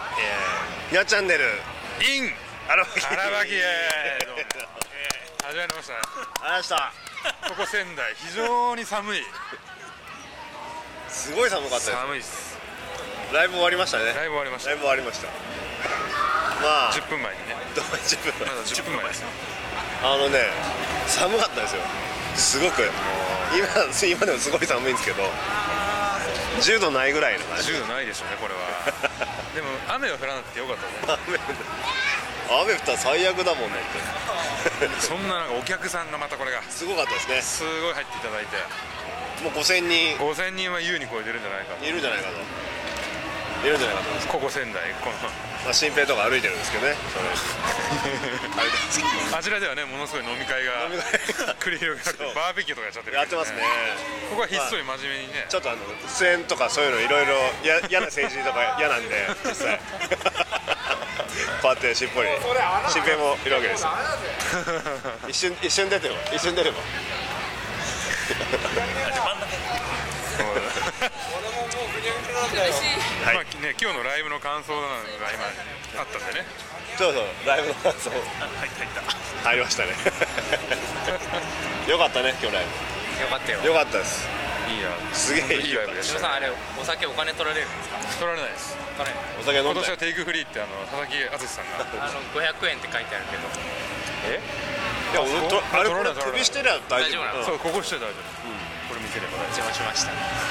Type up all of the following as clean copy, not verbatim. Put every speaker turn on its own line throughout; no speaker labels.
ひなチャンネル
in
荒牧
どうも始まりましたね。
ありました。
ここ仙台非常に寒い。
すごい寒かったです。
寒いです。
ライブ終わりましたね。
ライブ終わりました。
ライブ終わりました。まあ
10分前にね。
10分
まだ10分前ですよ。
寒かったですよ。すごく今でもすごい寒いんですけど、10度ないぐらいの感じ。
10度ないでしょうねこれは。でも雨が降らなくてよかったね。
雨降ったら最悪だもんねって。
そんななんかお客さんがまたこれが
すごかったですね。
すごい入っていただいて、
もう5000
人は優に超えてるんじゃないかと。
いるんじゃないかと思います。
ここ仙台この
新平とか歩いてるんですけどね。
あちらではねものすごい飲み会が繰り広げられて、バーベキューとかやっちゃってる、
やってますね。
ここはひっそり真面目にね、
ちょっと出演とかそういうのいろいろ嫌な政治とか嫌なんで実際こうやってしっぽり新平もいるわけですよ。一瞬出てれば
まあね、今日のライブの感想なのが今あったんでね。
そうライブの感想入りましたね。よかったね今日ライブ。
よかったよ。
よかったです。
いいや、
すげえいい
ライブでした。
さんあれお酒お金取られるんですか？
取られないです。
お酒飲んで。
今年はテイクフリーって佐々木敦さんが
500円って書いてあるけど。
いやあれこれ首してりゃ大丈夫。
そうここして大丈夫。これ見せれば
邪魔しました。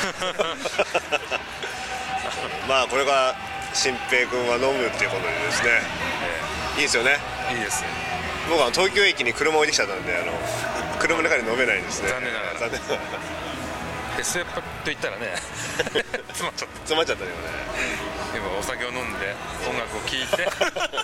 まあこれが新平君は飲むっていうことでですね、いいですよね。
いいです。
僕は東京駅に車置いてきちゃったんで車の中で飲めないんですね。
残念ながら。フェスやっぱと言ったらね詰まっちゃったよね。今お酒を飲んで音楽を聴いて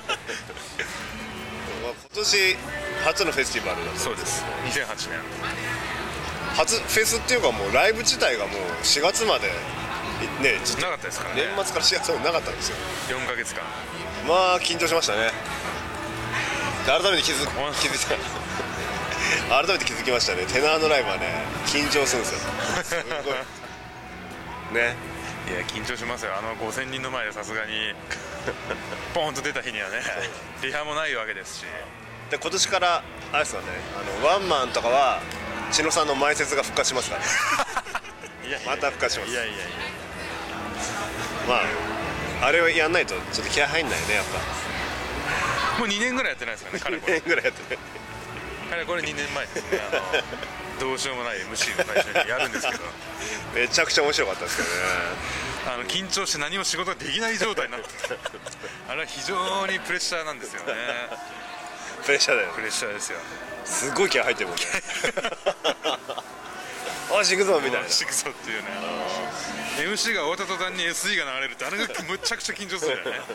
今年初のフェスティバルだった。
そうです。2008年
初フェスっていうかもうライブ自体がもう4月までね、
なかったですからね。
年末から4月までなかったんですよ。
4ヶ月間。
まあ緊張しましたね。改めて気づいた改めて気づきましたね。テナーのライブはね緊張するんですよ。すごいね。
いや緊張しますよ。5000人の前でさすがにポンと出た日にはねリハもないわけですし。
で今年からあれですかね、ワンマンとかは千野さんの前説が復活しますからね。また復活します。まああれをやんないとちょっと気合入んないねやっぱ。
もう2年ぐらいやってないですかね。彼
2年ぐらいやってない。
彼これ2年前ですね。どうしようもない MC の最初にやるんですけど
めちゃくちゃ面白かったですけどね。
緊張して何も仕事ができない状態になってあれは非常にプレッシャーなんですよね。
プレッシャーだよ。
プレッシャーですよ。
すごい気合入ってるもんね。あし行くぞみたいな。
しくぞっていうね。MC が終わった途端に SE が流れるってあれがむちゃくちゃ緊張するよね。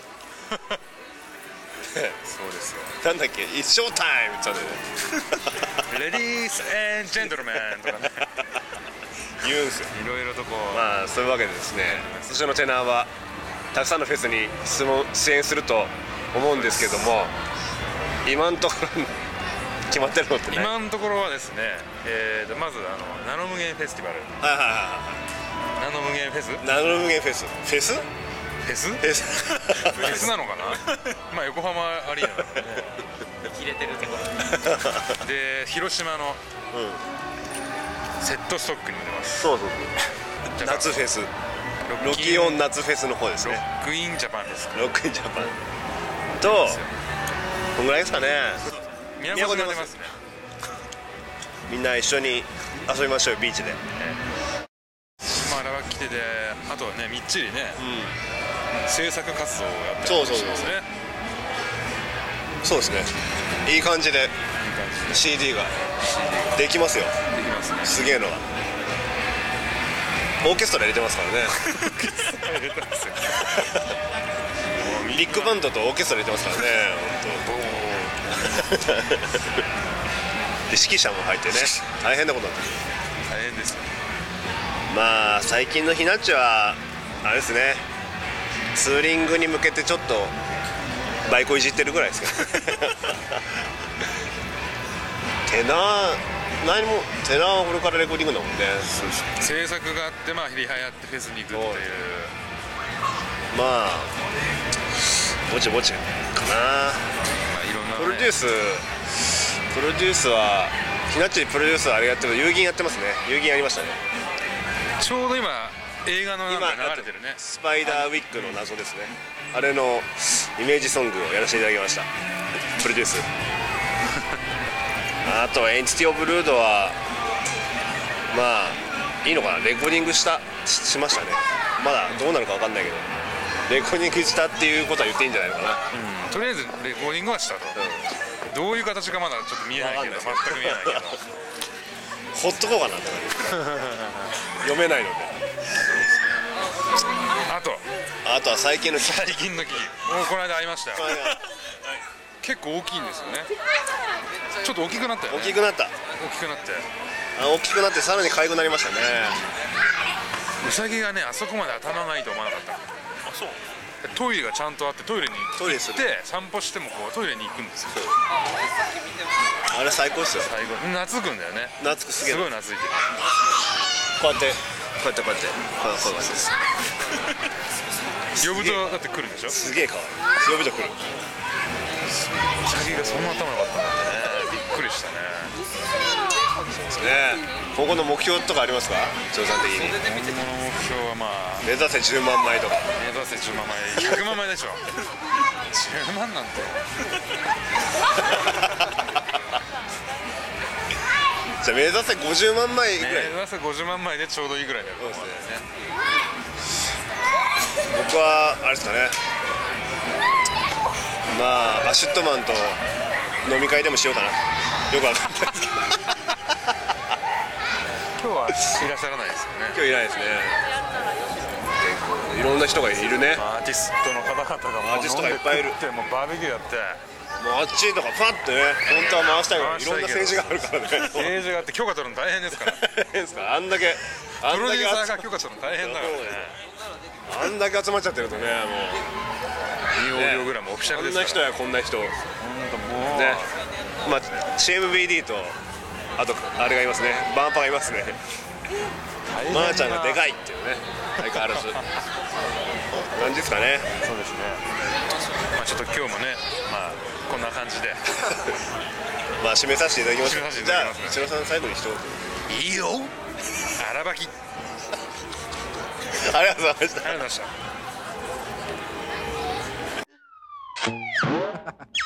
そうですよ。
なんだっけ、It's show time って言ったんだよね。
レディース&ジェントルメンとかね
言うんすよ。
いろいろとこう。
まあそういうわけでですね、今年のテナーはたくさんのフェスに出演すると思うんですけども、今のところ決まってるのってね。
今のところはですね、まずナノ無限フェスティバル。ナノ無限フェス？
ナノ無限フェス。フェス？
フェス？
フェス。
フェスなのかな。まあ横浜アリーナだからね。
切れてるところ。
で広島のセットストックにも出ます。
そう夏フェス。ロキオン夏フェスの方ですね。
ロックインジャパンです。
ロックインジャパンとこんぐらいですかね。
宮古で出ますね。
みんな一緒に遊びましょうよビーチで。
まあラバ来てて、あとはねみっちりね、制作活動をやったりしますね。
そうですね。いい感じで CD ができますよ。
できますね。
すげえのがオーケストラ入れてますからね。
入れてますよ。
ビッグバンドとオーケストラ入れてますからね。本当。で指揮者も入ってね、大変なことになってる。
大変ですよ。
まあ最近のひなっちはあれですね、ツーリングに向けてちょっとバイクをいじってるぐらいですけど。テナーはこれからレコーディングだもんね。
制作があって、まあリハやってフェスに行くっていう。
まあぼちぼちかな。
まあいろんな、ね、
プロデュースはひなっちプロデュースはあれやってる、遊戯やってますね。遊戯やりましたね。
ちょうど今映画のなんか流れてるね。
スパイダーウィッグの謎ですね。あれのイメージソングをやらせていただきました。プロデュースあとエンティティオブルードはまあいいのかな、レコーディングしましたね。まだどうなるか分かんないけど、レコーディングしたっていうことは言っていいんじゃないのかな。
とりあえずレコーディングはしたと、どういう形かまだちょっと見えないけど、全く見えないけど
ほっとこうかなって読めないので。あとは最近の記事
もうこの間会いましたよ結構大きいんですよね。ちょっと大きくなったよね。
大きくなってさらに可愛くなりましたね。
ウサギがね、あそこまで頭がいいと思わなかった。あ、そう。トイレがちゃんとあって、トイレに行って散歩してもこうトイレに行くんですよ。
あれ最高ですよ。
最後懐くんだよね。
すげえ、
すごい懐いてる。
こうやってそう
呼ぶとだって来るんでしょ。
すげえ可愛い。呼ぶと来る。
ウサギがそんな頭良かったんだってね。びっくりしたね。
そうですね。今後の目標とかありますか、長さん的に。
今後の目標はまあ
目指せ10万枚とか。
目指せ10万枚、100万枚でしょ10万なんて
じゃあ目指せ50万枚ぐらい。
目指せ50万枚でちょうどいいぐらいだよ。
そうですね。僕はあれですかね、まあアシュットマンと飲み会でもしようかな。よくわかんないですけど
今日はいらっしゃらないですよね。
今日いないですね。いろんな人がいるね。
アーティストの方々がもう
アーティストがいっぱいいる。
もうバーベキューやって
もうあっちとかパッとね、本当は回したいけど、いろんな政治があるからね。
政治があって許可取るの大変ですから
ですか、あんだけ
プロデューサーが許可取るの大変だからね。
あんだけ集まっちゃってるとね、もう
2オーディオグラムオフィシャ
こ
ルですから。
んな人やこんな人ね。
もう
まあ CMBD とあとあれがいますね、バンパがいますね。まーちゃんがでかいっていうね、相変わらず感じですかね。
そうですね。まあちょっと今日もね、まあこんな感じで
まあ締めさせていただきましょう。
締めさせてい
じゃあ
ただきますね
千代さん最後に一言。
いいよ荒ばき。
ありがとうございました。
ありがとうございました。